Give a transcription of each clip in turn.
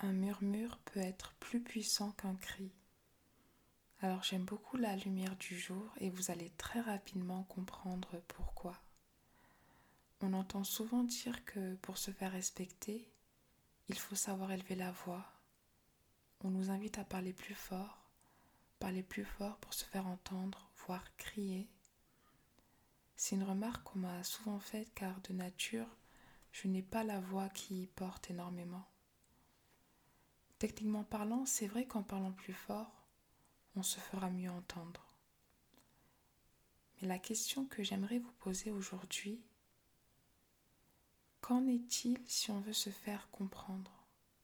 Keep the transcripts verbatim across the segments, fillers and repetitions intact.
un murmure peut être plus puissant qu'un cri. Alors j'aime beaucoup la lumière du jour et vous allez très rapidement comprendre pourquoi. On entend souvent dire que pour se faire respecter, il faut savoir élever la voix. On nous invite à parler plus fort, parler plus fort pour se faire entendre, voire crier. C'est une remarque qu'on m'a souvent faite car de nature, je n'ai pas la voix qui porte énormément. Techniquement parlant, c'est vrai qu'en parlant plus fort, on se fera mieux entendre. Mais la question que j'aimerais vous poser aujourd'hui, qu'en est-il si on veut se faire comprendre ?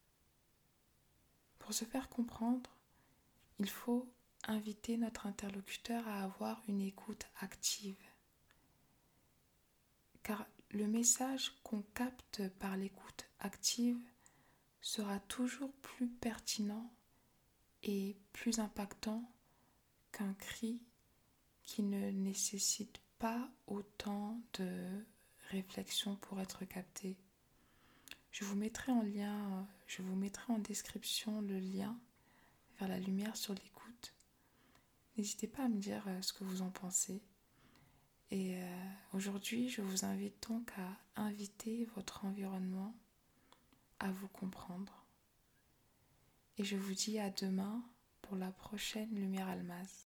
Pour se faire comprendre, il faut inviter notre interlocuteur à avoir une écoute active. Car le message qu'on capte par l'écoute active sera toujours plus pertinent et plus impactant qu'un cri qui ne nécessite pas autant de réflexion pour être capté. Je vous mettrai en lien, je vous mettrai en description le lien vers la lumière sur l'écoute. N'hésitez pas à me dire ce que vous en pensez. Et euh, aujourd'hui, je vous invite donc à inviter votre environnement à vous comprendre. Et je vous dis à demain pour la prochaine Lumière Almaz.